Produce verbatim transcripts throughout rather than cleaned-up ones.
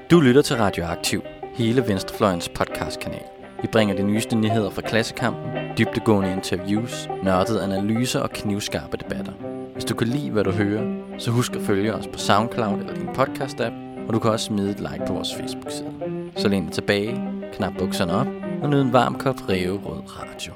Du lytter til Radioaktiv, hele Venstrefløjens podcastkanal. Vi bringer de nyeste nyheder fra Klassekampen, dybdegående interviews, nørdede analyser og knivskarpe debatter. Hvis du kan lide, hvad du hører, så husk at følge os på SoundCloud eller din podcast-app, og du kan også smide et like på vores Facebook-side. Så læn dig tilbage, knap bukserne op og nyd en varm kop ræverød radio.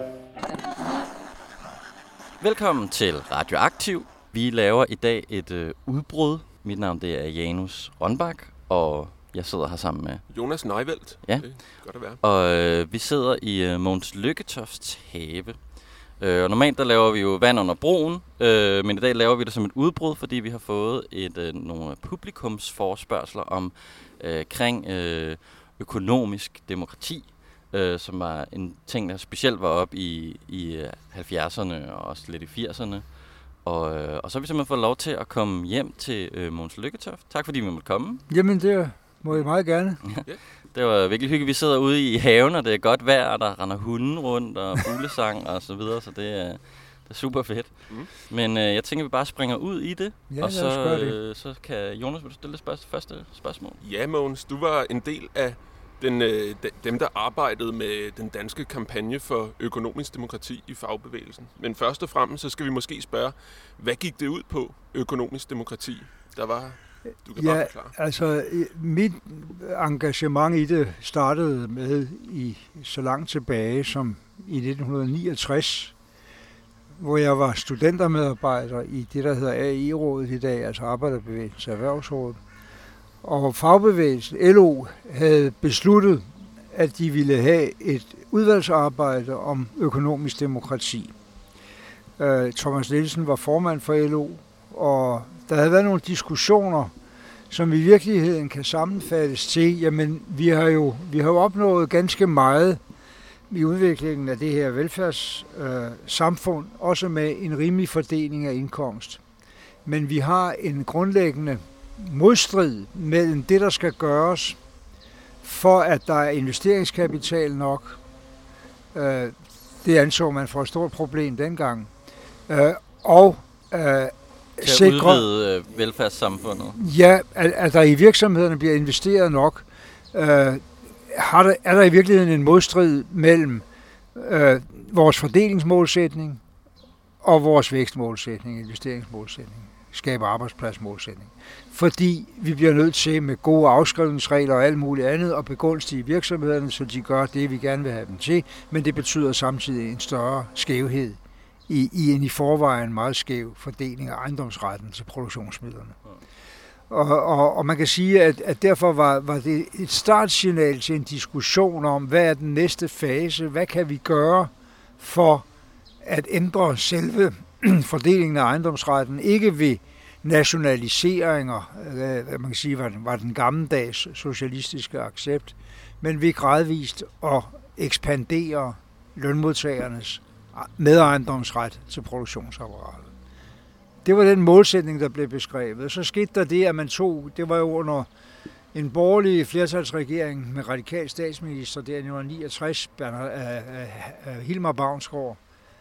Velkommen til Radioaktiv. Vi laver i dag et øh, udbrud. Mit navn det er Janus Rønbak, og jeg sidder her sammen med Jonas Neuveldt. Ja. Okay, godt at være. Og øh, vi sidder i øh, Mogens Lykketofts have. Øh, og normalt der laver vi jo vand under broen, øh, men i dag laver vi det som et udbrud, fordi vi har fået et øh, nogle publikumsforspørgsler om øh, kring øh, økonomisk demokrati, øh, som var en ting, der specielt var op i, i halvfjerdserne og også lidt i firserne. Og, øh, og så har vi simpelthen fået lov til at komme hjem til øh, Mogens Lykketoft. Tak fordi vi måtte komme. Jamen det må jeg meget gerne. Ja. Det var virkelig hyggeligt. Vi sidder ude i haven, og det er godt vejr, og der render hunden rundt, og fuglesang og så videre, så det er, det er super fedt. Mm. Men øh, jeg tænker, vi bare springer ud i det, ja, og så, øh, så kan Jonas, vil du stille det spørg- første spørgsmål? Ja, Mogens, du var en del af den, øh, dem, der arbejdede med den danske kampagne for økonomisk demokrati i fagbevægelsen. Men først og fremmest, så skal vi måske spørge, hvad gik det ud på, økonomisk demokrati? Der var... Du kan ja, altså mit engagement i det startede med i så langt tilbage som i nitten niogtres, hvor jeg var studentermedarbejder i det, der hedder A E-rådet i dag, altså Arbejderbevægelsens Erhvervsråd. Og fagbevægelsen, L O, havde besluttet, at de ville have et udvalgsarbejde om økonomisk demokrati. Thomas Nielsen var formand for L O, og der havde været nogle diskussioner, som i virkeligheden kan sammenfattes til, jamen vi har jo, vi har jo opnået ganske meget i udviklingen af det her velfærdssamfund, øh, også med en rimelig fordeling af indkomst. Men vi har en grundlæggende modstrid mellem det, der skal gøres, for at der er investeringskapital nok. Øh, det anså man for et stort problem dengang. Øh, og øh, Til at udvide øh, velfærdssamfundet? Ja, at, at der i virksomhederne bliver investeret nok. Øh, har der, er der i virkeligheden en modstrid mellem øh, vores forderingsmålsætning og vores vækstmålsætning, investeringsmålsætning, skabe arbejdspladsmålsætning. Fordi vi bliver nødt til med gode afskrivningsregler og alt muligt andet at begunstige virksomhederne, så de gør det, vi gerne vil have dem til, men det betyder samtidig en større skævhed I, i en i forvejen meget skæv fordeling af ejendomsretten til produktionsmidlerne. Og, og, og man kan sige, at, at derfor var, var det et startsignal til en diskussion om, hvad er den næste fase, hvad kan vi gøre for at ændre selve fordelingen af ejendomsretten, ikke ved nationaliseringer, hvad man kan sige var den, var den gammeldags socialistiske accept, men ved gradvist at ekspandere lønmodtagernes medejendomsret til produktionsapparatet. Det var den målsætning, der blev beskrevet. Så skete der det, at man tog, det var jo under en borgerlig flertalsregering med radikal statsminister der i nitten niogtres, Bernard, uh, uh, Hilmar Bavnsgaard.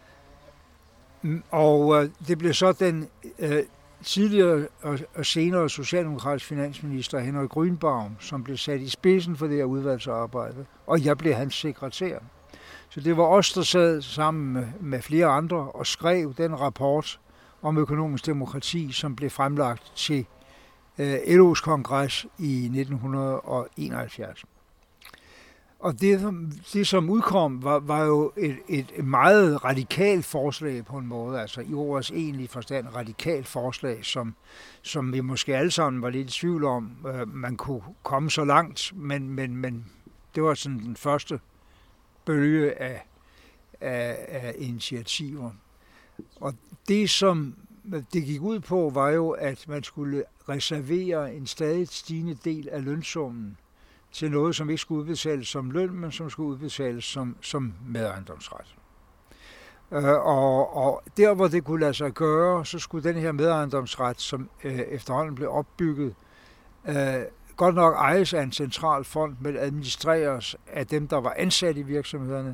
Og uh, det blev så den uh, tidligere og, og senere socialdemokratiske finansminister Henrik Grünbaum, som blev sat i spidsen for det her udvalgsarbejde, og jeg blev hans sekretær. Så det var os, der sad sammen med, med flere andre og skrev den rapport om økonomisk demokrati, som blev fremlagt til øh, L O's kongres i nitten enoghalvfjerds. Og det, det som udkom, var, var jo et, et meget radikalt forslag på en måde, altså i ordets egentlige forstand radikalt forslag, som, som vi måske alle sammen var lidt i tvivl om, øh, man kunne komme så langt, men, men, men det var sådan den første bølge af, af, af initiativer. Og det, som det gik ud på, var jo, at man skulle reservere en stadig stigende del af lønsummen til noget, som ikke skulle udbetales som løn, men som skulle udbetales som, som medejendomsret. Øh, og, og der, hvor det kunne lade sig gøre, så skulle den her medejendomsret, som øh, efterhånden blev opbygget, øh, godt nok ejes af en central fond, men administreres af dem, der var ansat i virksomhederne,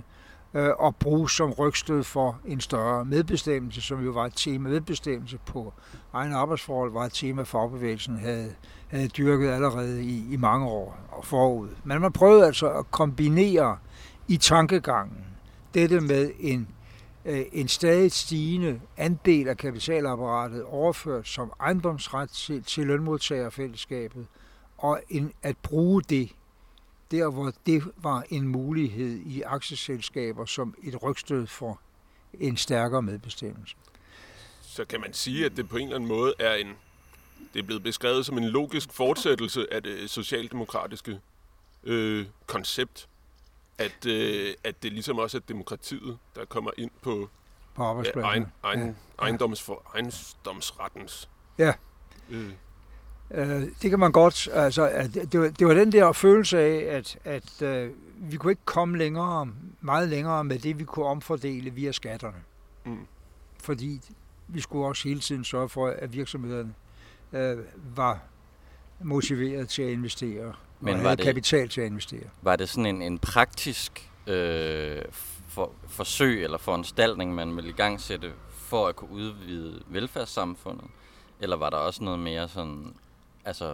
øh, og bruges som rygstød for en større medbestemmelse, som jo var et tema. Medbestemmelse på egen arbejdsforhold var et tema, fagbevægelsen havde, havde dyrket allerede i, i mange år og forud. Men man prøvede altså at kombinere i tankegangen dette med en, øh, en stadig stigende andel af kapitalapparatet overført som ejendomsret til, til lønmodtagerfællesskabet, og en, at bruge det der, hvor det var en mulighed i aktieselskaber som et rygstød for en stærkere medbestemmelse. Så kan man sige, at det på en eller anden måde er en, det er blevet beskrevet som en logisk fortsættelse af det socialdemokratiske øh, koncept, at, øh, at det ligesom også er demokratiet, der kommer ind på, på arbejdspladsen. Ja, egen, egen, ja. ejendoms for, ejendomsrettens. Ja. Øh. Uh, det kan man godt. Altså, det, var, det var den der følelse af, at, at uh, vi kunne ikke komme længere, meget længere med det, vi kunne omfordele via skatterne. Mm. Fordi vi skulle også hele tiden sørge for, at virksomhederne uh, var motiveret til at investere. Men og havde det, kapital til at investere. Var det sådan en, en praktisk øh, for, forsøg eller foranstaltning, man ville i gang sætte for at kunne udvide velfærdssamfundet? Eller var der også noget mere sådan, altså,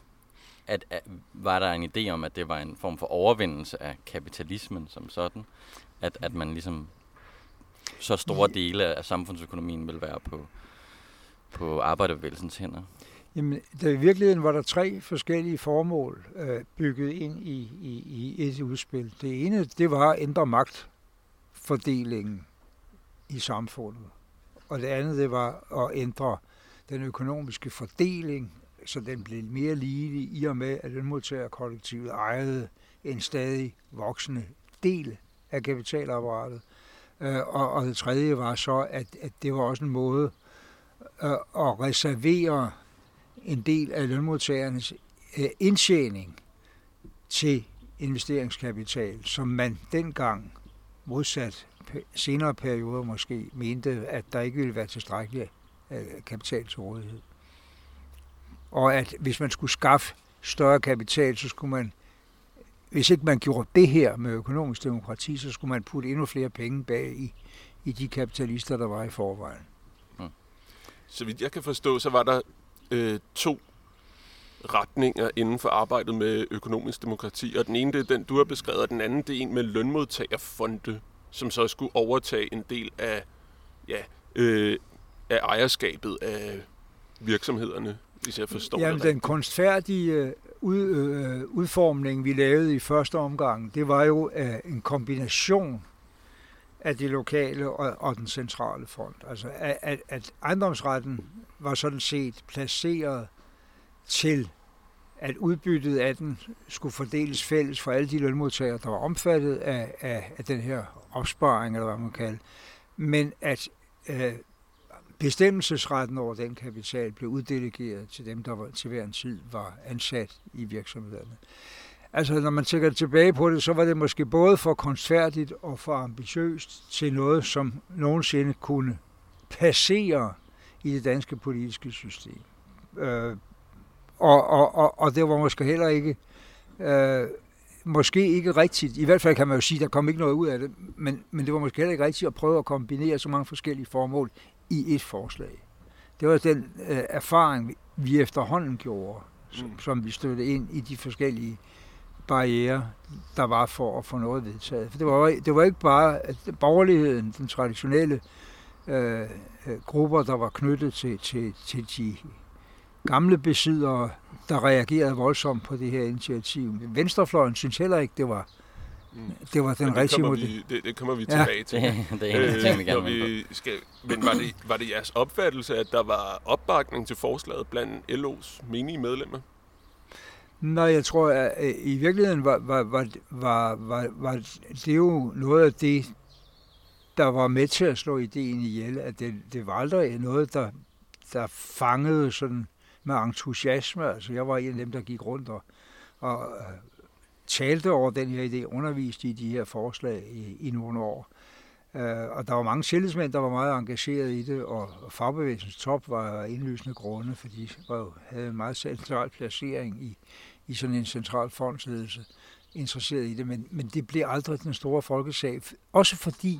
at, at, var der en idé om, at det var en form for overvindelse af kapitalismen som sådan? At, at man ligesom, så store dele af samfundsøkonomien vil være på, på arbejderbevægelsens hænder? Jamen, der, i virkeligheden var der tre forskellige formål øh, bygget ind i, i, i et udspil. Det ene, det var at ændre magtfordelingen i samfundet. Og det andet, det var at ændre den økonomiske fordeling, så den blev mere ligelig i og med, at lønmodtagerkollektivet ejede en stadig voksende del af kapitalapparatet. Og, og det tredje var så, at, at det var også en måde at, at reservere en del af lønmodtagernes indtjening til investeringskapital, som man dengang modsat senere perioder måske mente, at der ikke ville være tilstrækkelig kapital til rådighed. Og at hvis man skulle skaffe større kapital, så skulle man, hvis ikke man gjorde det her med økonomisk demokrati, så skulle man putte endnu flere penge bag i, i de kapitalister, der var i forvejen. Hmm. Så vidt jeg kan forstå, så var der øh, to retninger inden for arbejdet med økonomisk demokrati, og den ene, det er den, du har beskrevet, og den anden, det er en med lønmodtagerfonde, som så skulle overtage en del af, ja, øh, af ejerskabet af virksomhederne, hvis jeg forstår Jamen, det. Jamen, den kunstfærdige ud, øh, udformning, vi lavede i første omgang, det var jo øh, en kombination af det lokale og, og den centrale fond. Altså, at, at, at ejendomsretten var sådan set placeret til, at udbyttet af den skulle fordeles fælles for alle de lønmodtagere, der var omfattet af, af, af den her opsparing, eller hvad man kalder, men at øh, bestemmelsesretten over den kapital blev uddelegeret til dem, der var, til hver en tid var ansat i virksomhederne. Altså, når man tænker tilbage på det, så var det måske både for kunstfærdigt og for ambitiøst til noget, som nogensinde kunne passere i det danske politiske system. Øh, og, og, og, og det var måske heller ikke, øh, måske ikke rigtigt, i hvert fald kan man jo sige, der kom ikke noget ud af det, men, men det var måske heller ikke rigtigt at prøve at kombinere så mange forskellige formål i et forslag. Det var den øh, erfaring, vi efterhånden gjorde, som, mm. som vi støttede ind i de forskellige barrierer, der var for at få noget vedtaget. For det var, det var ikke bare at borgerligheden, den traditionelle øh, grupper, der var knyttet til, til, til de gamle besiddere, der reagerede voldsomt på det her initiativ. Venstrefløjen synes heller ikke, det var, mm. det var den men rigtige måde. Det, det kommer vi tilbage ja. til. Det, det er en ting, vi gerne vi skal, men var det, var det jeres opfattelse, at der var opbakning til forslaget blandt L O's menige medlemmer? Nej, jeg tror, at i virkeligheden var, var, var, var, var, var det jo noget af det, der var med til at slå ideen ihjel, at det, det var aldrig noget, der, der fangede sådan med entusiasme. Altså, jeg var en af dem, der gik rundt og, og talte over den her idé, underviste i de her forslag i, i nogle år. Uh, og der var mange tillidsmænd, der var meget engageret i det, og, og fagbevægelsens top var indlysende grunde, fordi de var jo, havde en meget central placering i, i sådan en central fondsledelse. interesseret i det, men, men det blev aldrig den store folkesag. Også fordi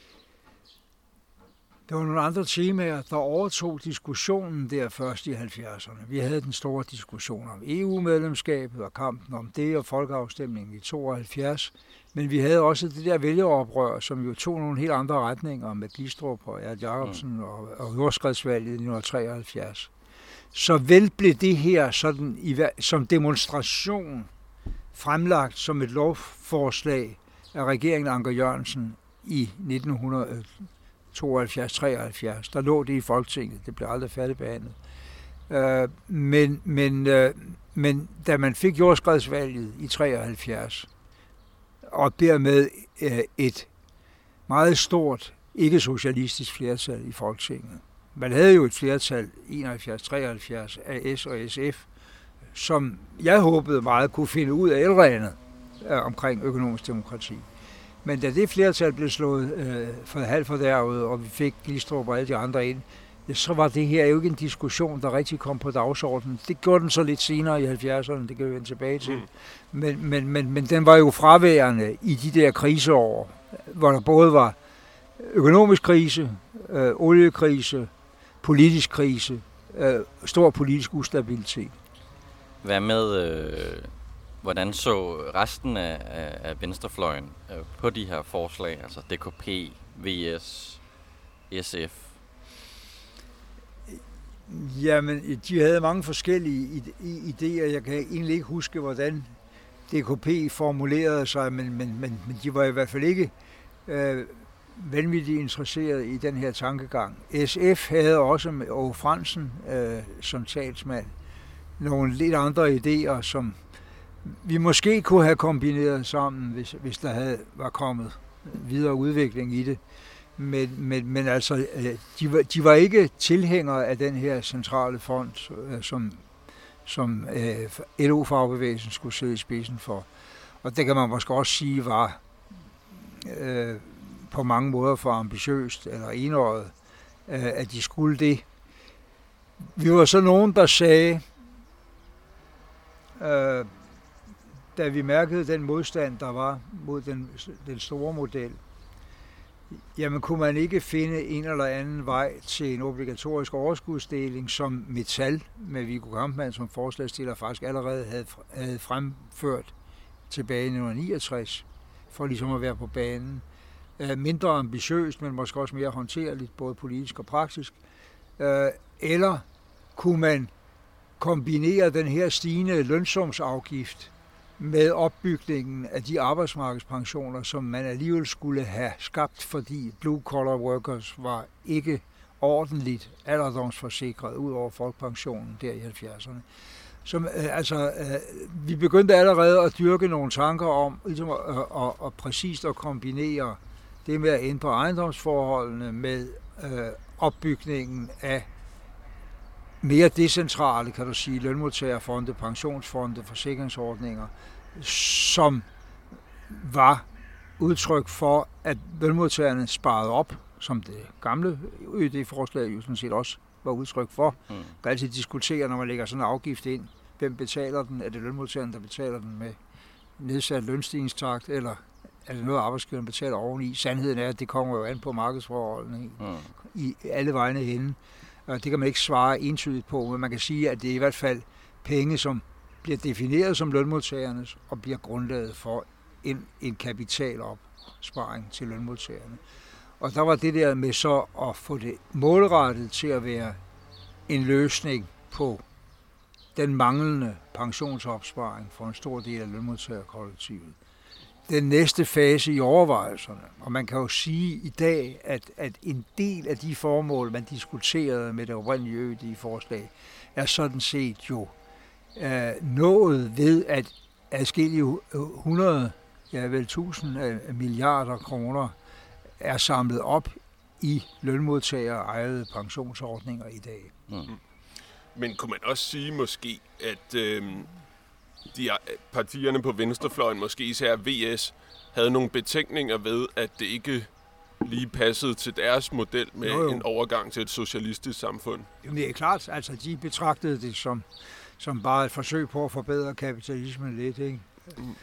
der var nogle andre temaer, der overtog diskussionen der først i halvfjerdserne. Vi havde den store diskussion om E U-medlemskabet og kampen om det og folkeafstemningen i tooghalvfjerds. Men vi havde også det der vælgeroprør, som jo tog nogle helt andre retninger med Glistrup og Erik Jacobsen mm. og, og jordskredsvalget i nitten treoghalvfjerds. Så vel blev det her sådan i, som demonstration fremlagt som et lovforslag af regeringen Anker Jørgensen i nitten tooghalvfjerds treoghalvfjerds. Der lå det i Folketinget. Det blev aldrig færdigbehandlet. Øh, men, men, øh, men da man fik jordskredsvalget i treoghalvfjerds, og dermed øh, et meget stort ikke-socialistisk flertal i Folketinget. Man havde jo et flertal enoghalvfjerds treoghalvfjerds af S og S F, som jeg håbede meget kunne finde ud af elrænet øh, omkring økonomisk demokrati. Men da det flertal blev slået øh, for halvt fordærvet, og vi fik Glistrup og alle de andre ind, ja, så var det her jo ikke en diskussion, der rigtig kom på dagsordenen. Det gjorde den så lidt senere i halvfjerdserne, det kan vi vende tilbage til. Mm. Men, men, men, men den var jo fraværende i de der kriseår, hvor der både var økonomisk krise, øh, oliekrise, politisk krise, øh, stor politisk ustabilitet. Hvad med, øh, hvordan så resten af, af, af venstrefløjen øh, på de her forslag, altså D K P, V S, S F? Jamen, de havde mange forskellige idéer. Jeg kan egentlig ikke huske, hvordan D K P formulerede sig, men, men, men, men de var i hvert fald ikke øh, vanvittigt interesseret i den her tankegang. S F havde også med Åge Frandsen øh, som talsmand nogle lidt andre idéer, som vi måske kunne have kombineret sammen, hvis, hvis der havde var kommet videre udvikling i det. Men, men, men altså, de var, de var ikke tilhængere af den her centrale fond, som, som øh, L O-fagbevægelsen skulle sidde i spidsen for. Og det kan man måske også sige var øh, på mange måder for ambitiøst eller enøjet, øh, at de skulle det. Vi var så nogen, der sagde, øh, da vi mærkede den modstand, der var mod den, den store model, jamen kunne man ikke finde en eller anden vej til en obligatorisk overskudsdeling, som Metal med Viggo Kampmann som forslagsstiller faktisk allerede havde, havde fremført tilbage i nitten niogtres, for ligesom at være på banen. Mindre ambitiøst, men måske også mere håndterligt, både politisk og praktisk. Eller kunne man kombinere den her stigende lønsumsafgift med opbygningen af de arbejdsmarkedspensioner, som man alligevel skulle have skabt, fordi blue-collar workers var ikke ordentligt alderdomsforsikret ud over folkepensionen der i halvfjerdserne. Som, øh, altså, øh, vi begyndte allerede at dyrke nogle tanker om ligesom at, at, at, at præcist at kombinere det med at ændre ejendomsforholdene med øh, opbygningen af mere decentrale, kan du sige, lønmodtagerfonde, pensionsfonde, forsikringsordninger, som var udtryk for, at lønmodtagerne sparede op, som det gamle Ø D-forslag jo sådan set også var udtryk for. Mm. Man kan altid diskutere, når man lægger sådan en afgift ind, hvem betaler den? Er det lønmodtagerne, der betaler den med nedsat lønstigningstakt, eller er det noget, arbejdsgiveren betaler oveni? Sandheden er, at det kommer jo an på markedsforholdene mm. i alle vegne henne. Det kan man ikke svare entydigt på, men man kan sige, at det er i hvert fald penge, som bliver defineret som lønmodtagernes og bliver grundlaget for en, en kapitalopsparing til lønmodtagerne. Og der var det der med så at få det målrettet til at være en løsning på den manglende pensionsopsparing for en stor del af lønmodtagerkollektivet. Den næste fase i overvejelserne, og man kan jo sige i dag, at, at en del af de formål, man diskuterede med det oprindelige Ø D-forslag, er sådan set jo øh, nået ved, at adskillige hundrede, ja vel tusind milliarder kroner er samlet op i lønmodtagerejede pensionsordninger i dag. Mm. Men kunne man også sige måske, at øh, de partierne på venstrefløjen, måske især V S, havde nogle betænkninger ved, at det ikke lige passede til deres model med jo, jo. en overgang til et socialistisk samfund? Jamen det er klart, altså de betragtede det som, som bare et forsøg på at forbedre kapitalismen lidt, ikke? Mm.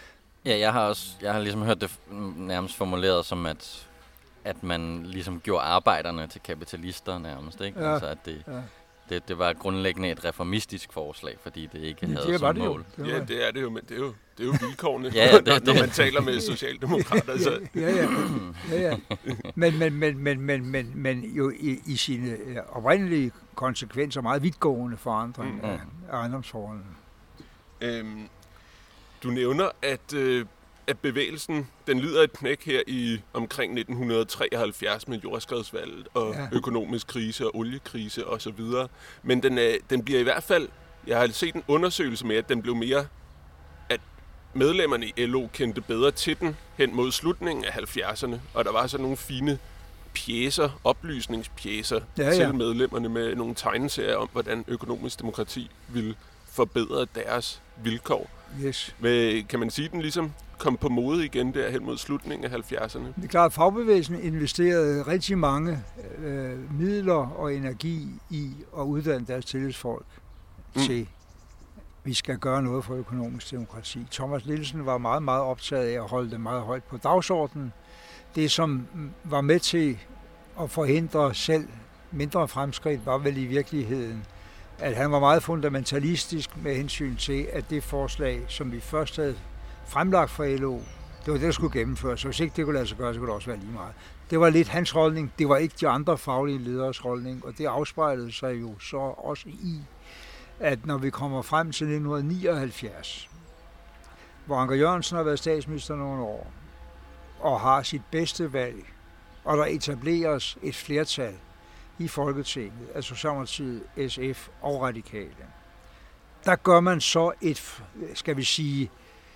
Ja, jeg har også jeg har ligesom hørt det nærmest formuleret som, at, at man ligesom gjorde arbejderne til kapitalister nærmest, ikke? Ja. Altså, at det, ja. det, det var grundlæggende et reformistisk forslag, fordi det ikke det havde det som det mål. Det ja, det er det jo, men det er jo, det er jo vilkårene, ja, det, når, det. når man taler med socialdemokrater. Altså. Ja, ja, ja. ja, ja. Men, men, men, men, men, men, men jo i, i sine oprindelige konsekvenser meget vidtgående forandring mm. af, af ejendomsforholdene. Øhm, du nævner, at, øh, at bevægelsen den lider et knæk her i omkring nitten treoghalvfjerds med jordskredsvalget og ja. økonomisk krise og oliekrise osv. Men den, øh, den bliver i hvert fald, jeg har set en undersøgelse med, at den blev mere, at medlemmerne i L O kendte bedre til den hen mod slutningen af halvfjerdserne, og der var så nogle fine pjecer, oplysningspjecer ja, ja. til medlemmerne med nogle tegneserier om, hvordan økonomisk demokrati ville forbedre deres vilkår. Yes. Men kan man sige, at den ligesom kom på mode igen der hen mod slutningen af halvfjerdserne? Det er klart, at fagbevægelsen investerede rigtig mange øh, midler og energi i at uddanne deres tillidsfolk mm. til, at vi skal gøre noget for økonomisk demokrati. Thomas Nielsen var meget, meget optaget af at holde det meget højt på dagsordenen. Det, som var med til at forhindre selv mindre fremskridt, var vel i virkeligheden, at han var meget fundamentalistisk med hensyn til, at det forslag, som vi først havde fremlagt fra L O, det var det, der skulle gennemføres. Så hvis ikke det kunne lade sig gøre, så kunne det også være lige meget. Det var lidt hans holdning. Det var ikke de andre faglige lederes holdning, og det afspejlede sig jo så også i, at når vi kommer frem til nitten nioghalvfjerds, hvor Anker Jørgensen har været statsminister nogle år, og har sit bedste valg, og der etableres et flertal i Folketinget, altså Socialdemokratiet, S F og Radikale. Der gør man så et, skal vi sige,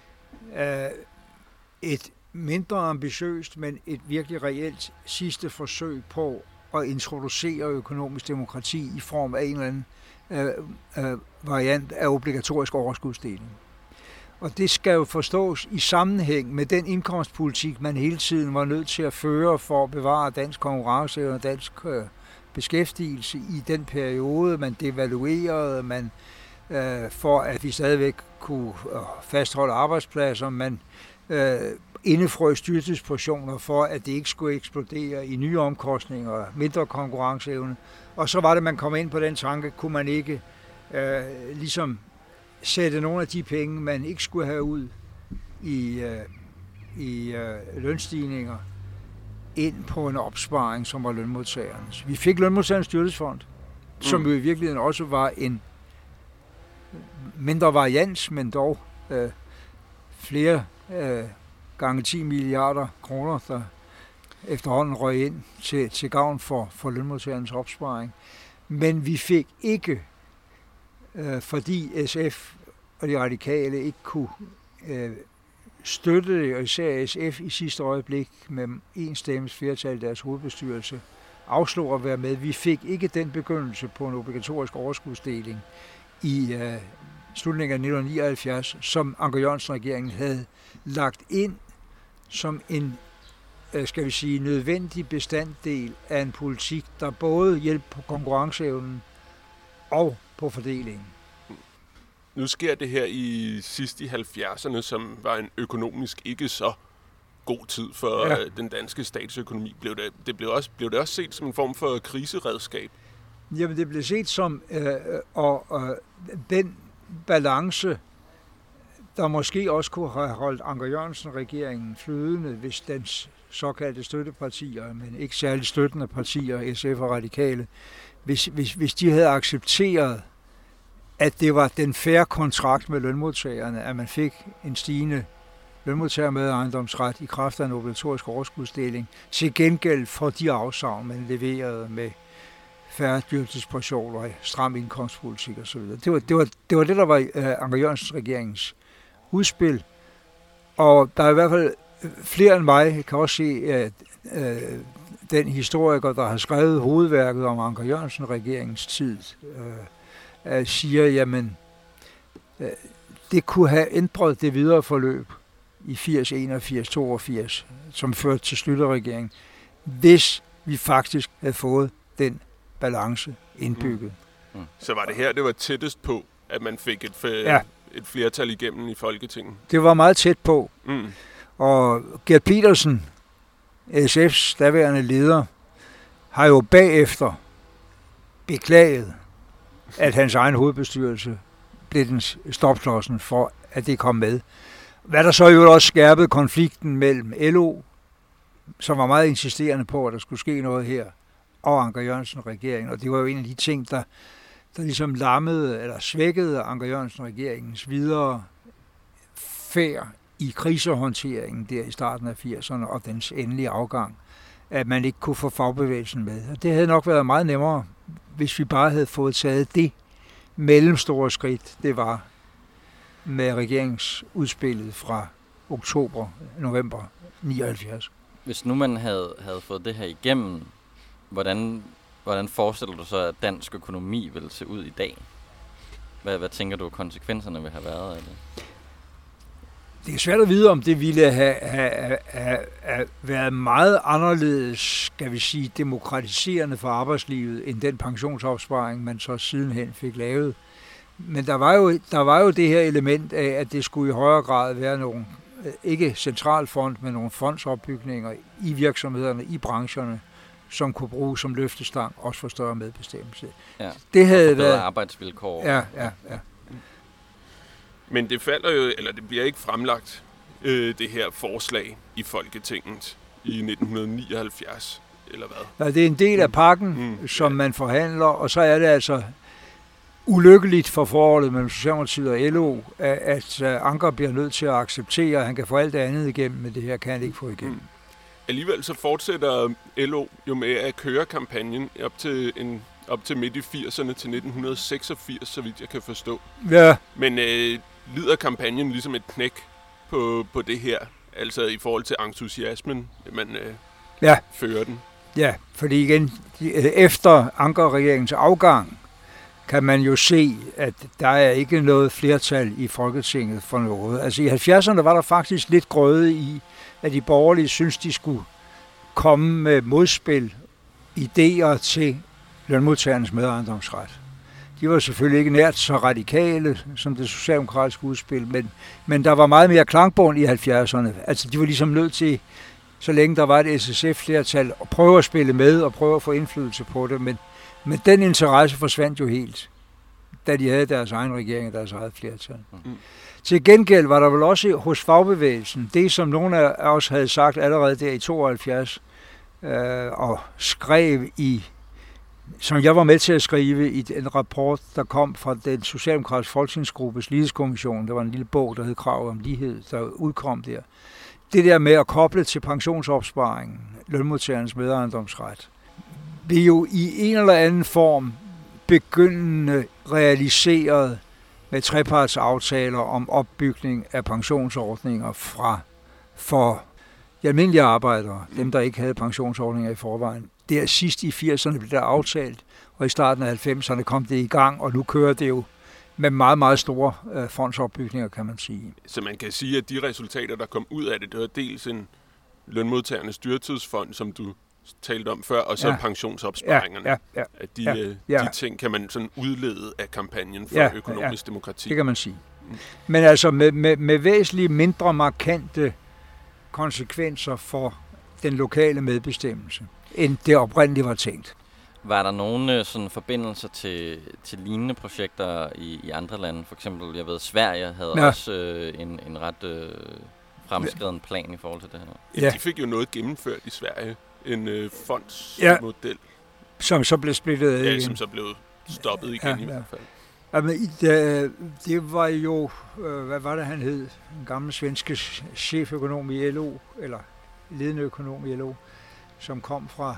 et mindre ambitiøst, men et virkelig reelt sidste forsøg på at introducere økonomisk demokrati i form af en eller anden øh, øh, variant af obligatorisk overskudsdeling. Og det skal jo forstås i sammenhæng med den indkomstpolitik, man hele tiden var nødt til at føre for at bevare dansk konkurrenceevne og dansk øh, beskæftigelse i den periode, man devaluerede, man øh, for at vi stadigvæk kunne øh, fastholde arbejdspladser, man øh, indefrøs styrelsesportioner for, at det ikke skulle eksplodere i nye omkostninger og mindre konkurrenceevne. Og så var det, man kom ind på den tanke, kunne man ikke øh, ligesom sætte nogle af de penge, man ikke skulle have ud i, øh, i øh, lønstigninger, ind på en opsparing, som var lønmodtagernes. Vi fik lønmodtagernes styrelsesfond, mm. som jo i virkeligheden også var en mindre variant, men dog øh, flere øh, gange ti milliarder kroner, der efterhånden røg ind til, til gavn for, for lønmodtagernes opsparing. Men vi fik ikke, øh, fordi S F og de radikale ikke kunne øh, støtte det, og især S F i sidste øjeblik med en stemmes flertal i deres hovedbestyrelse, afslog at være med. Vi fik ikke den begyndelse på en obligatorisk overskudsdeling i øh, slutningen af nitten nioghalvfjerds, som Anker Jørgensen-regeringen havde lagt ind som en, øh, skal vi sige, nødvendig bestanddel af en politik, der både hjælper på konkurrenceevnen og på fordelingen. Nu sker det her i sidst i halvfjerdserne, som var en økonomisk ikke så god tid for ja. den danske statsøkonomi. Blev det, det blev, også, blev det også set som en form for kriseredskab? Jamen, det blev set som øh, og, øh, den balance, der måske også kunne have holdt Anker Jørgensen-regeringen flydende, hvis dens såkaldte støttepartier, men ikke særligt støttende partier, S F og Radikale, hvis, hvis, hvis de havde accepteret, at det var den fair kontrakt med lønmodtagerne, at man fik en stigende lønmodtager med ejendomsret i kraft af en obligatorisk overskudsdeling, til gengæld for de afsavn, man leverede med færre dyrtidspensioner, stram indkomstpolitik osv. Det var det, var, det var det, der var uh, Anker Jørgensens regeringens udspil. Og der er i hvert fald flere end mig, jeg kan også se, at uh, den historiker, der har skrevet hovedværket om Anker Jørgensen-regeringens tid, uh, uh, siger, jamen, uh, det kunne have ændret det videre forløb i firs, enogfirs, toogfirs, som førte til Schlüter-regeringen, hvis vi faktisk havde fået den balance indbygget. Mm. Mm. Så var det her, det var tættest på, at man fik et, f- ja. et flertal igennem i Folketinget. Det var meget tæt på. Mm. Og Gert Petersen, S F's daværende leder, har jo bagefter beklaget, at hans egen hovedbestyrelse blev den stopklodsen for, at det kom med. Hvad der så jo også skærpede konflikten mellem L O, som var meget insisterende på, at der skulle ske noget her, og Anker Jørgensen-regeringen. Og det var jo en af de ting, der, der ligesom lammede eller svækkede Anker Jørgensen-regeringens videre færd i krisehåndteringen der i starten af firserne og dens endelige afgang, at man ikke kunne få fagbevægelsen med. Og det havde nok været meget nemmere, hvis vi bare havde fået taget det mellemstore skridt, det var med regeringsudspillet fra oktober, november nioghalvfjerds. Hvis nu man havde, havde fået det her igennem, hvordan, hvordan forestiller du så, at dansk økonomi ville se ud i dag? Hvad, hvad tænker du, konsekvenserne vil have været af det? Det er svært at vide, om det ville have, have, have, have været meget anderledes, skal vi sige, demokratiserende for arbejdslivet, end den pensionsopsparing, man så sidenhen fik lavet. Men der var jo, der var jo det her element af, at det skulle i højere grad være nogle, ikke centralfond, men nogle fondsopbygninger i virksomhederne, i brancherne, som kunne bruges som løftestang, også for større medbestemmelse. Ja, det havde været arbejdsvilkår. Ja, ja, ja. Men det falder jo, eller det bliver ikke fremlagt, øh, det her forslag i Folketinget i nitten nioghalvfjerds, eller hvad? Nej, det er en del af pakken, mm. som ja. man forhandler, og så er det altså ulykkeligt for forholdet mellem Socialdemokratiet og L O, at Anker bliver nødt til at acceptere, at han kan få alt det andet igennem, men det her kan han ikke få igennem. Mm. Alligevel så fortsætter L O jo med at køre kampagnen op til, en, op til midt i firserne til nitten seksogfirs, så vidt jeg kan forstå. Ja. Men øh, lider kampagnen ligesom et knæk på, på det her, altså i forhold til entusiasmen, man øh, ja. fører den? Ja, fordi igen, efter Anker-regeringens afgang, kan man jo se, at der er ikke noget flertal i Folketinget for noget. Altså i halvfjerdserne var der faktisk lidt grøde i, at de borgerlige synes, de skulle komme med modspil, idéer til lønmodtagernes medejendomsret. De var selvfølgelig ikke nært så radikale som det socialdemokratiske udspil, men, men der var meget mere klangbund i halvfjerdserne. Altså de var ligesom nødt til, så længe der var et S S F-flertal, at prøve at spille med og prøve at få indflydelse på det, men Men den interesse forsvandt jo helt, da de havde deres egen regering og deres eget flertal. Mm. Til gengæld var der vel også hos fagbevægelsen, det som nogle af os havde sagt allerede der i tooghalvfjerds, øh, og skrev i, som jeg var med til at skrive i en rapport, der kom fra den socialdemokratiske folketingsgruppes lighedskommission. Der var en lille bog, der hed Krav om lighed, der udkom der. Det der med at koble til pensionsopsparingen, lønmodtagernes medejendomsret, blev jo i en eller anden form begyndende realiseret med trepartsaftaler om opbygning af pensionsordninger fra for de almindelige arbejdere, dem der ikke havde pensionsordninger i forvejen. Der sidst i firserne blev der aftalt, og i starten af halvfemserne kom det i gang, og nu kører det jo med meget, meget store øh, fondsopbygninger, kan man sige. Så man kan sige, at de resultater, der kom ud af det, det var dels en lønmodtagernes dyrtidsfond, som du talte om før, og så ja. pensionsopsparingerne. Ja, ja, ja, at de, ja, ja. de ting kan man sådan udlede af kampagnen for ja, økonomisk ja, demokrati. Det kan man sige. Men altså med, med, med væsentligt mindre markante konsekvenser for den lokale medbestemmelse, end det oprindeligt var tænkt. Var der nogle sådan forbindelser til, til lignende projekter i, i andre lande? For eksempel, jeg ved, Sverige havde ja. også øh, en, en ret øh, fremskreden plan i forhold til det her. Ja. De fik jo noget gennemført i Sverige. En øh, fondsmodel. Ja, som så blev splittet af ja, igen. som så blev stoppet igen ja, ja. i hvert fald. Jamen, det, det var jo, øh, hvad var det han hed? En gammel svenske cheføkonom i L O, eller ledende økonom i L O, som kom fra,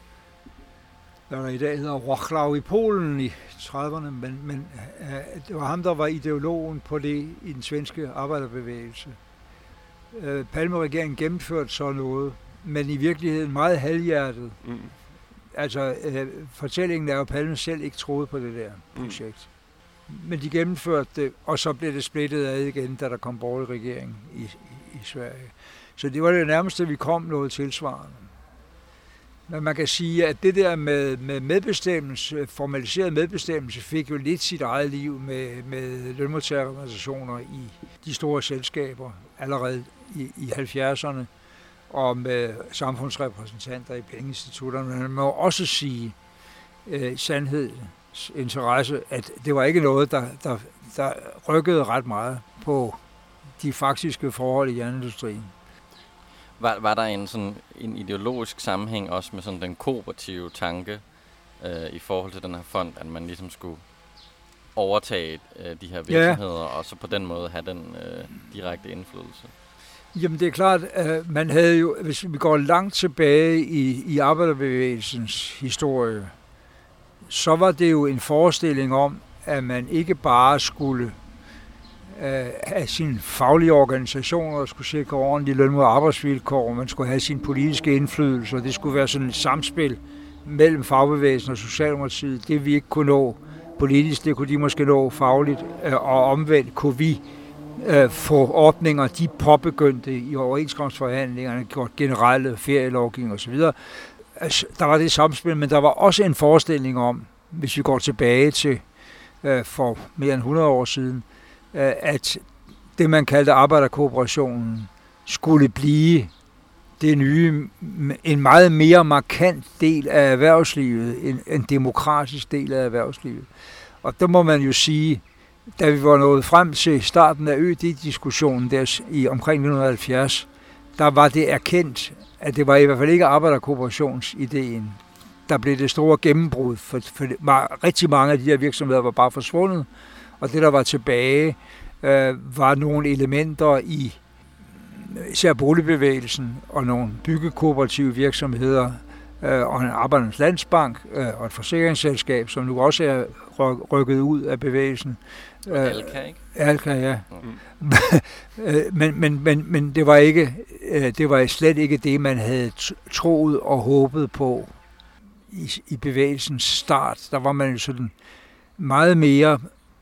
hvad der i dag hedder Wrocław i Polen i trediverne, men, men øh, det var ham, der var ideologen på det i den svenske arbejderbevægelse. Øh, Palme-regeringen gennemførte så noget, men i virkeligheden meget halvhjertet. Mm. Altså, øh, fortællingen er jo, at Palme selv ikke troede på det der projekt. Mm. Men de gennemførte det, og så blev det splittet af igen, da der kom borgerlig regering i, i, i Sverige. Så det var det nærmeste, vi kom noget tilsvarende. Men man kan sige, at det der med, med medbestemmelse, formaliseret medbestemmelse, fik jo lidt sit eget liv med, med lønmodtagerorganisationer i de store selskaber allerede i, i halvfjerdserne, og med samfundsrepræsentanter i pengeinstitutterne. Men man må også sige øh, sandhedens interesse, at det var ikke noget, der, der, der rykkede ret meget på de faktiske forhold i jernindustrien. Var, var der en sådan en ideologisk sammenhæng også med sådan den kooperative tanke øh, i forhold til den her fond, at man ligesom skulle overtage øh, de her virksomheder, ja. Og så på den måde have den øh, direkte indflydelse? Jamen det er klart, at man havde jo, hvis vi går langt tilbage i, i arbejderbevægelsens historie, så var det jo en forestilling om, at man ikke bare skulle af sine faglige organisationer, der skulle sikre ordentlige løn- og arbejdsvilkår, man skulle have sin politiske indflydelse, og det skulle være sådan et samspil mellem fagbevægelsen og Socialdemokratiet. Det vi ikke kunne nå politisk, det kunne de måske nå fagligt, og omvendt kunne vi få ordninger, de påbegyndte i overenskomstforhandlingerne, gjort generelle ferielovgivning osv. Altså, der var det samspil, men der var også en forestilling om, hvis vi går tilbage til for mere end hundrede år siden, at det, man kaldte arbejderkooperationen, skulle blive det nye, en meget mere markant del af erhvervslivet, en, en demokratisk del af erhvervslivet. Og der må man jo sige, da vi var nået frem til starten af Ø D-diskussionen der i omkring nitten halvfjerds, der var det erkendt, at det var i hvert fald ikke arbejderkooperationsideen, der blev det store gennembrud, for, for rigtig mange af de her virksomheder var bare forsvundet, og det, der var tilbage, øh, var nogle elementer i især boligbevægelsen og nogle byggekooperative virksomheder øh, og en Arbejdernes Landsbank øh, og et forsikringsselskab, som nu også er rykket ud af bevægelsen. Øh, Alka, ikke? Alka, ja. Mm. men, men, men, men det var ikke, øh, det var slet ikke det, man havde troet og håbet på i, i bevægelsens start. Der var man jo sådan meget mere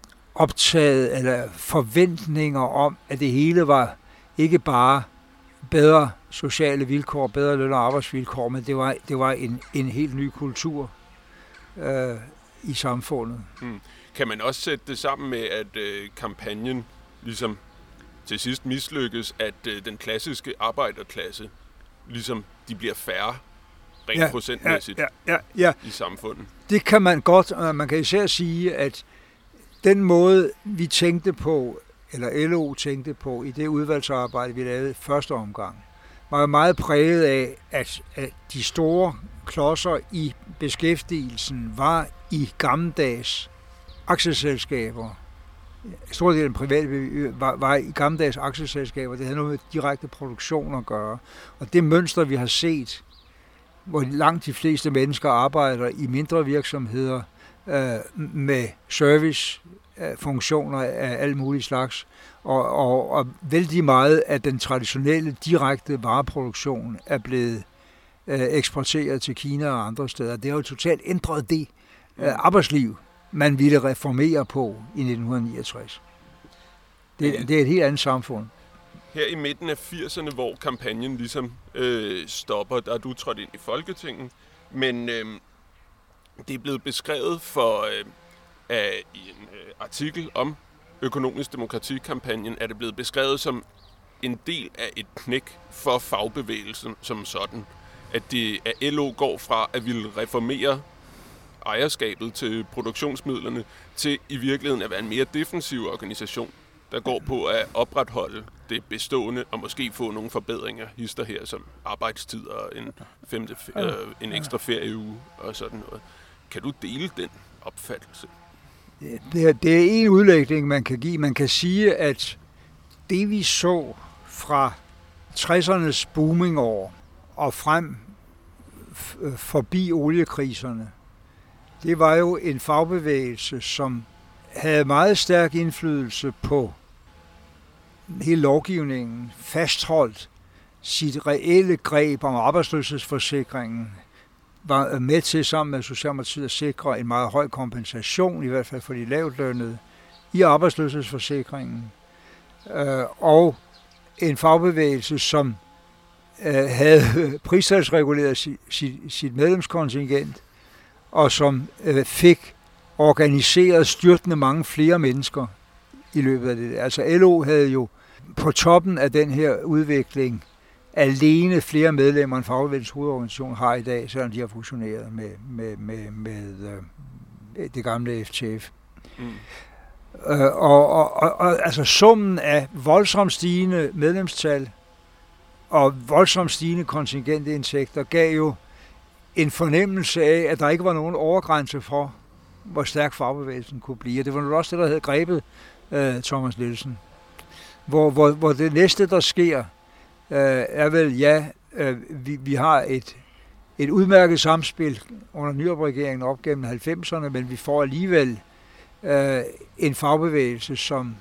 optaget eller forventninger om, at det hele var ikke bare bedre sociale vilkår, bedre løn- og arbejdsvilkår, men det var, det var en, en helt ny kultur øh, i samfundet. Hmm. Kan man også sætte det sammen med, at øh, kampagnen ligesom til sidst mislykkes, at øh, den klassiske arbejderklasse ligesom de bliver færre rent ja, procentmæssigt ja, ja, ja, ja. i samfundet? Det kan man godt. Man kan især sige, at den måde, vi tænkte på, eller L O tænkte på, i det udvalgsarbejde, vi lavede i første omgang, var meget præget af, at, at de store klodser i beskæftigelsen var i gammeldags aktieselskaber. Stor del af den private var, var i gammeldags aktieselskaber. Det havde noget med direkte produktion at gøre. Og det mønster, vi har set, hvor langt de fleste mennesker arbejder i mindre virksomheder, med servicefunktioner af alle mulige slags, og, og, og vældig meget af den traditionelle direkte vareproduktion er blevet øh, eksporteret til Kina og andre steder. Det har jo totalt ændret det øh, arbejdsliv, man ville reformere på i nitten niogtres. Det, det er et helt andet samfund. Her i midten af firserne, hvor kampagnen ligesom øh, stopper, der er du trådt ind i Folketinget, men øh, det er blevet beskrevet for, øh, af, i en øh, artikel om økonomisk demokratikampagnen, er det blevet beskrevet som en del af et knæk for fagbevægelsen som sådan. At, det, at L O går fra at ville reformere ejerskabet til produktionsmidlerne til i virkeligheden at være en mere defensiv organisation, der går på at opretholde det bestående og måske få nogle forbedringer, hister her som arbejdstid og en, femte, øh, en ekstra ferieuge og sådan noget. Kan du dele den opfattelse? Det er, det er en udlægning, man kan give. Man kan sige, at det vi så fra tressernes boomingår og frem forbi oliekriserne, det var jo en fagbevægelse, som havde meget stærk indflydelse på hele lovgivningen, fastholdt sit reelle greb om arbejdsløshedsforsikringen, var med til sammen med Socialdemokratiet at sikre en meget høj kompensation, i hvert fald for de lavtlønnede, i arbejdsløshedsforsikringen. Og en fagbevægelse, som øh, havde pristalsreguleret sit, sit, sit medlemskontingent, og som øh, fik organiseret styrtende mange flere mennesker i løbet af det. Altså L O havde jo på toppen af den her udvikling alene flere medlemmer end Fagbevægelsens Hovedorganisation har i dag, selvom de har fusioneret med, med, med, med øh, det gamle F T F. Mm. Øh, og, og, og, og altså summen af voldsomt stigende medlemstal og voldsomt stigende kontingentindtægter gav jo en fornemmelse af, at der ikke var nogen overgrænse for, hvor stærk fagbevægelsen kunne blive. Og det var nu også det, der havde grebet øh, Thomas Nielsen. Hvor, hvor, hvor det næste, der sker, øh, er vel, ja, øh, vi, vi har et, et udmærket samspil under Nyrup-regeringen op gennem halvfemserne, men vi får alligevel øh, en fagbevægelse, som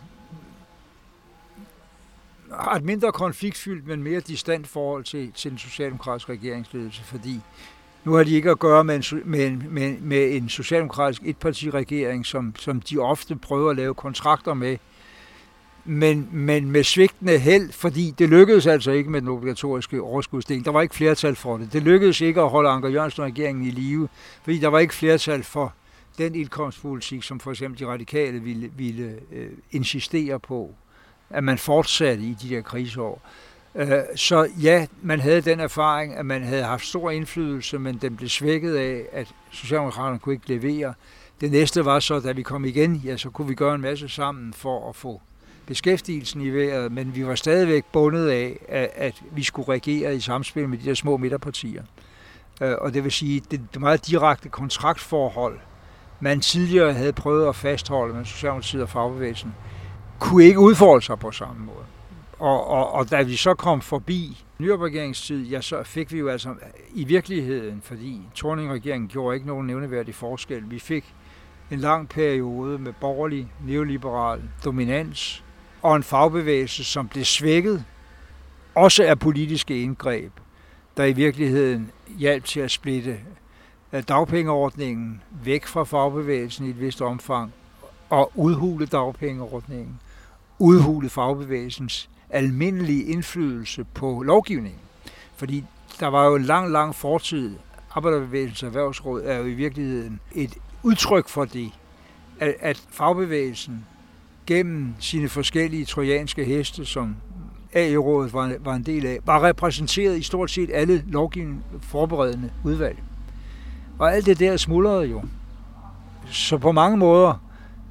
har et mindre konfliktfyldt, men mere distant forhold til, til den socialdemokratiske regeringsledelse, fordi nu har de ikke at gøre med en, med en, med, med en socialdemokratisk etpartiregering, som, som de ofte prøver at lave kontrakter med, men, men med svigtende held, fordi det lykkedes altså ikke med den obligatoriske overskudsdeling. Der var ikke flertal for det. Det lykkedes ikke at holde Anker Jørgensen-regeringen i live, fordi der var ikke flertal for den indkomstpolitik, som for eksempel de radikale ville, ville øh, insistere på, at man fortsatte i de der kriseår. Så ja, man havde den erfaring, at man havde haft stor indflydelse, men den blev svækket af, at Socialdemokraterne kunne ikke levere. Det næste var så, da vi kom igen, ja, så kunne vi gøre en masse sammen for at få beskæftigelsen i vejret, men vi var stadigvæk bundet af, at, at vi skulle regere i samspil med de der små midterpartier. Og det vil sige, det, det meget direkte kontraktforhold, man tidligere havde prøvet at fastholde med Socialdemokratiet og fagbevægelsen, kunne ikke udfolde sig på samme måde. Og, og, og da vi så kom forbi Nyrup-regeringstid, ja, så fik vi jo altså i virkeligheden, fordi Thorning-regeringen gjorde ikke nogen nævneværdig forskel. Vi fik en lang periode med borgerlig, neoliberal dominans og en fagbevægelse, som blev svækket, også af politiske indgreb, der i virkeligheden hjalp til at splitte dagpengeordningen væk fra fagbevægelsen i et vist omfang og udhule dagpengeordningen, udhule fagbevægelsens almindelige indflydelse på lovgivningen. Fordi der var jo en lang, lang fortid. Arbejderbevægelsens Erhvervsråd er jo i virkeligheden et udtryk for det, at, at fagbevægelsen gennem sine forskellige trojanske heste, som A E-rådet var, var en del af, var repræsenteret i stort set alle lovgivende forberedende udvalg. Og alt det der smuldrede jo. Så på mange måder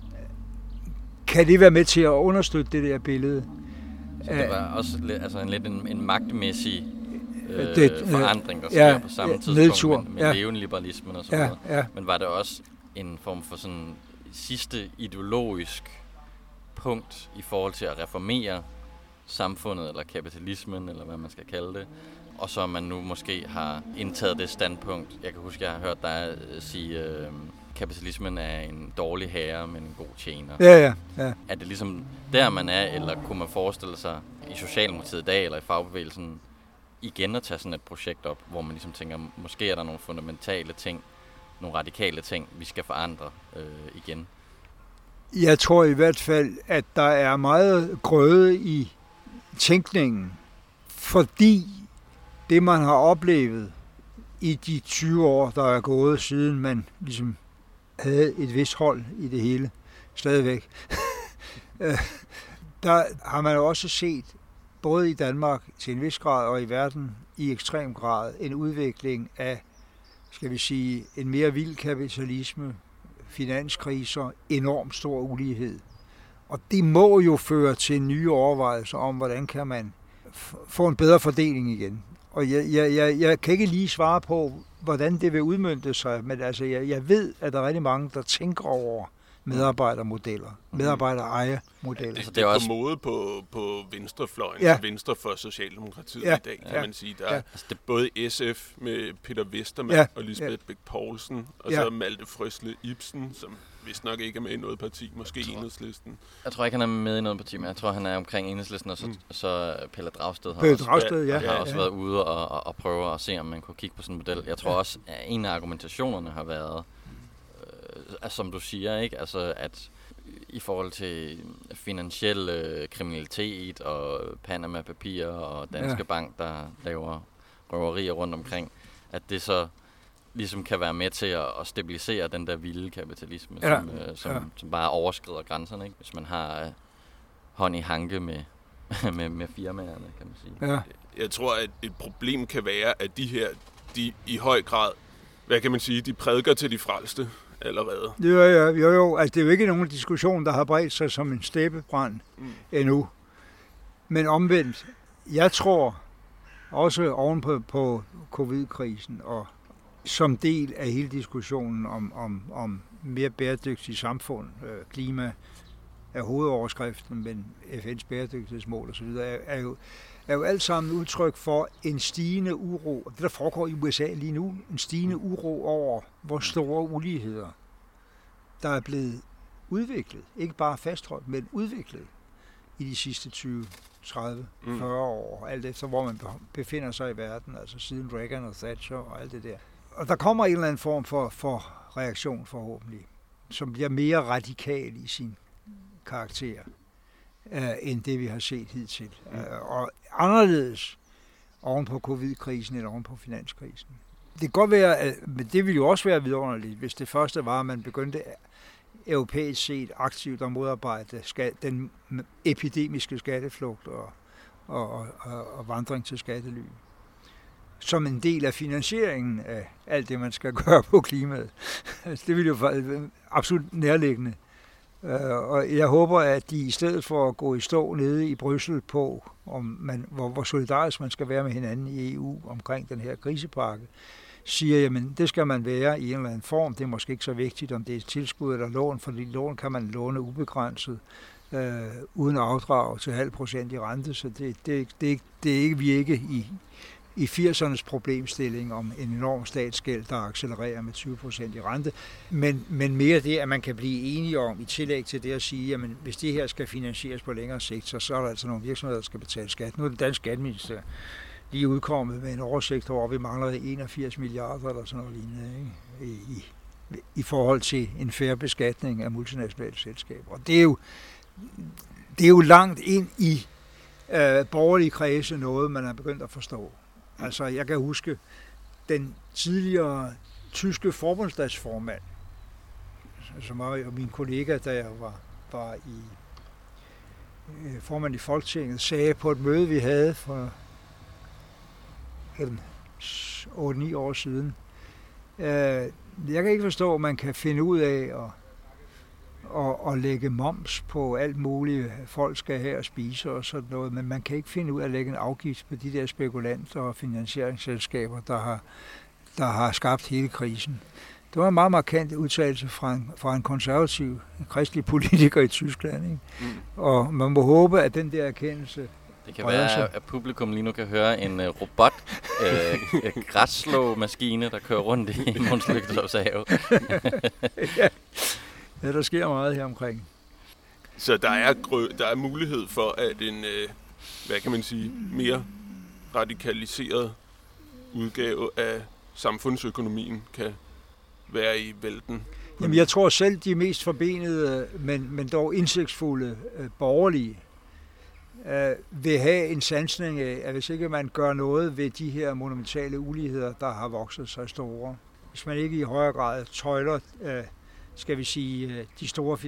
kan det være med til at understøtte det der billede. Så det var også altså en lidt en, en magtmæssig øh, det, forandring, der ja, sker på samme ja, tidspunkt nedtur, med, med ja. neoliberalismen og så ja, videre. Ja. Men var det også en form for sådan sidste ideologisk punkt i forhold til at reformere samfundet, eller kapitalismen, eller hvad man skal kalde det, og så man nu måske har indtaget det standpunkt. Jeg kan huske, jeg har hørt dig sige, øh, kapitalismen er en dårlig herre, men en god tjener. Ja, ja, ja. Er det ligesom der, man er, eller kunne man forestille sig i Socialdemokratiet i dag, eller i fagbevægelsen, igen at tage sådan et projekt op, hvor man ligesom tænker, måske er der nogle fundamentale ting, nogle radikale ting, vi skal forandre øh, igen? Jeg tror i hvert fald, at der er meget grøde i tænkningen, fordi det, man har oplevet i de tyve år, der er gået, siden man ligesom havde et vist hold i det hele, stadigvæk, der har man også set, både i Danmark til en vis grad og i verden i ekstrem grad, en udvikling af, skal vi sige, en mere vild kapitalisme, finanskriser, enormt stor ulighed. Og det må jo føre til nye overvejelser om, hvordan kan man få en bedre fordeling igen. Og jeg, jeg, jeg, jeg kan ikke lige svare på, hvordan det vil udmønte sig, men altså, jeg, jeg ved, at der er rigtig mange, der tænker over medarbejdermodeller, medarbejderejermodeller. Det, det er også på mode på, på venstrefløjen, ja. venstre for Socialdemokratiet ja. i dag, kan ja. man sige. Der er ja. både S F med Peter Westermann ja. og Lisbeth ja. Bech Poulsen, og ja. så Malte Frøsle Ibsen, som vist nok ikke er med i noget parti, måske Enhedslisten. Jeg tror ikke, han er med i noget parti, men jeg tror, han er omkring Enhedslisten, og så, mm. så Pelle Dragsted har Pelle også, Dragsted, ja. har også ja. været ude og, og, og prøve at se, om man kunne kigge på sådan en model. Jeg tror ja. også, at en af argumentationerne har været, øh, altså, som du siger, ikke, altså at i forhold til finansiel øh, kriminalitet og Panama-papirer og Danske ja. Bank, der laver røverier rundt omkring, at det så ligesom kan være med til at, at stabilisere den der vilde kapitalisme, ja. som, øh, som, ja. som bare overskrider grænserne, ikke? Hvis man har øh, hånd i hanke med, med, med firmaerne, kan man sige. Ja. Jeg tror, at et problem kan være, at de her, de i høj grad, hvad kan man sige, de prædiker til de frelste allerede. Jo, jo, jo, jo. Altså, det er jo ikke nogen diskussion, der har bredt sig som en steppebrand mm. endnu. Men omvendt, jeg tror også oven på, på covid-krisen og som del af hele diskussionen om, om, om mere bæredygtigt samfund, øh, klima er hovedoverskriften, men F N's bæredygtighedsmål osv. Er, er, jo, er jo alt sammen udtryk for en stigende uro, og det der foregår i U S A lige nu, en stigende uro over, hvor store uligheder, der er blevet udviklet, ikke bare fastholdt, men udviklet i de sidste tyve, tredive, fyrre år, alt efter hvor man befinder sig i verden, altså siden Reagan og Thatcher og alt det der. Og der kommer en eller anden form for, for reaktion forhåbentlig, som bliver mere radikal i sin karakter, øh, end det vi har set hidtil. Mm. Øh, og anderledes oven på covid-krisen eller oven på finanskrisen. Det kan godt være, at, men det ville jo også være vidunderligt, hvis det første var, at man begyndte europæisk set aktivt at modarbejde skat, den epidemiske skatteflugt og, og, og, og vandring til skattely. Som en del af finansieringen af alt det, man skal gøre på klimaet. Det vil jo være absolut nærliggende. Og jeg håber, at de i stedet for at gå i stå nede i Bryssel på, om man, hvor, hvor solidarisk man skal være med hinanden i E U omkring den her krisepakke, siger, jamen det skal man være i en eller anden form. Det er måske ikke så vigtigt, om det er tilskud eller lån, fordi lån kan man låne ubegrænset, øh, uden afdrag til halv procent i rente, så det, det, det, det er ikke, vi er ikke i, i firsernes problemstilling om en enorm statsgæld, der accelererer med tyve procent i rente, men, men mere det, at man kan blive enige om, i tillæg til det at sige, at hvis det her skal finansieres på længere sigt, så, så er der altså nogle virksomheder, der skal betale skat. Nu er det danske skatteminister lige udkommet med en oversigt over, vi mangler enogfirs milliarder eller sådan noget lignende, ikke? I, i, i forhold til en fair beskatning af multinationale selskaber. Og det er jo, det er jo langt ind i øh, borgerlige kredse noget, man er begyndt at forstå. Altså, jeg kan huske den tidligere tyske forbundsdagsformand, som var jo min kollega, da jeg var, var i øh, formand i Folketinget, sagde på et møde, vi havde for otte ni år siden. Øh, jeg kan ikke forstå, at man kan finde ud af at, at, at lægge moms på alt muligt, folk skal have at spise og sådan noget, men man kan ikke finde ud af at lægge en afgift på de der spekulanter og finansieringsselskaber, der har, der har skabt hele krisen. Det var en meget markant udtalelse fra en, fra en konservativ, en kristelig politiker i Tyskland. Ikke? Mm. Og man må håbe, at den der erkendelse det kan være, at publikum lige nu kan høre en uh, robot, uh, græsslåmaskine, der kører rundt i Mogens Lykketofts have. ja. ja, der sker meget her omkring. Så der er, grø- der er mulighed for, at en, uh, hvad kan man sige, mere radikaliseret udgave af samfundsøkonomien kan være i vælten. Jamen, jeg tror selv, de mest forbenede, men, men dog indsigtsfulde uh, borgerlige, Uh, vil have en sansning af, at hvis ikke man gør noget ved de her monumentale uligheder, der har vokset sig store, hvis man ikke i højere grad tøjler, uh, skal vi sige, uh, de store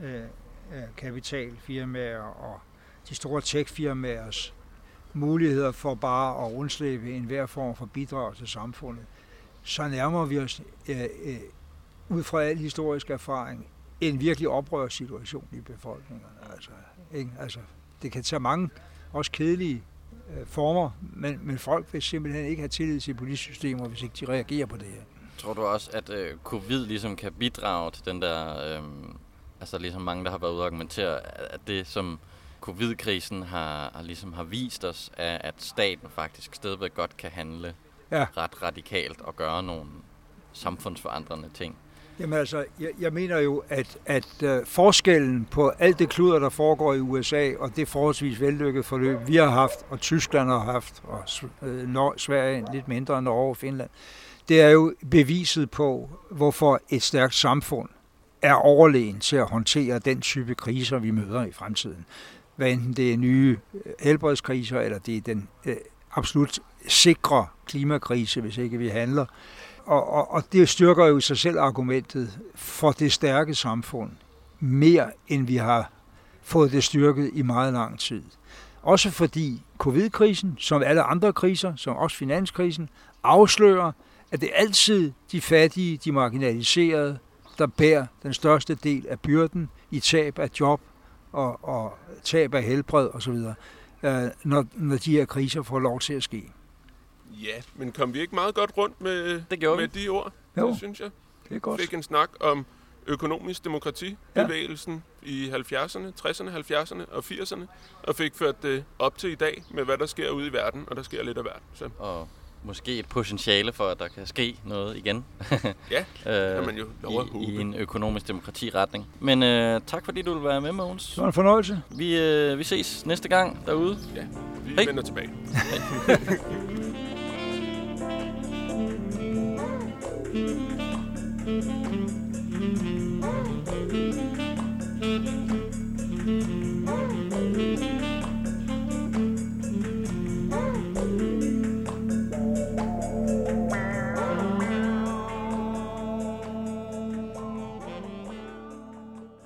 finanskapitalfirmaer uh, og de store techfirmaers muligheder for bare at undslippe enhver form for bidrag til samfundet, så nærmer vi os uh, uh, ud fra al historisk erfaring en virkelig oprørssituation i befolkningen. Altså, ikke? Altså, det kan tage mange, også kedelige øh, former, men, men folk vil simpelthen ikke have tillid til politisystemer, hvis ikke de reagerer på det her. Tror du også, at øh, covid ligesom kan bidrage til den der, øh, altså ligesom mange, der har været ude og argumentere, at det som covid-krisen har, har, ligesom har vist os, er, at staten faktisk stadigvæk godt kan handle ja. ret radikalt og gøre nogle samfundsforandrende ting? Jamen altså, jeg, jeg mener jo, at, at uh, forskellen på alt det kluder, der foregår i U S A, og det forholdsvis vellykkede forløb, vi har haft, og Tyskland har haft, og uh, Nor- Sverige lidt mindre, Norge og Finland, det er jo beviset på, hvorfor et stærkt samfund er overlegen til at håndtere den type kriser, vi møder i fremtiden. Hvad enten det er nye helbredskriser, eller det er den øh, absolut sikre klimakrise, hvis ikke vi handler. Og, og, og det styrker jo i sig selv argumentet for det stærke samfund, mere end vi har fået det styrket i meget lang tid. Også fordi covid-krisen, som alle andre kriser, som også finanskrisen, afslører, at det er altid de fattige, de marginaliserede, der bærer den største del af byrden i tab af job og, og tab af helbred osv., når, når de her kriser får lov til at ske. Ja, men kom vi ikke meget godt rundt med, med de ord? Jo, det synes jeg. Det er godt. Vi fik en snak om økonomisk demokrati-bevægelsen ja. i halvfjerdserne, tresserne, halvfjerdserne og firserne, og fik ført det op til i dag med, hvad der sker ude i verden, og der sker lidt af verden. Så. Og måske et potentiale for, at der kan ske noget igen. Ja, det kan man jo lov at I, håbe. I en økonomisk demokrati-retning. Men øh, tak fordi du vil være med, Mogens. Det var en fornøjelse. Vi, øh, vi ses næste gang derude. Ja, vi Hej. vender tilbage.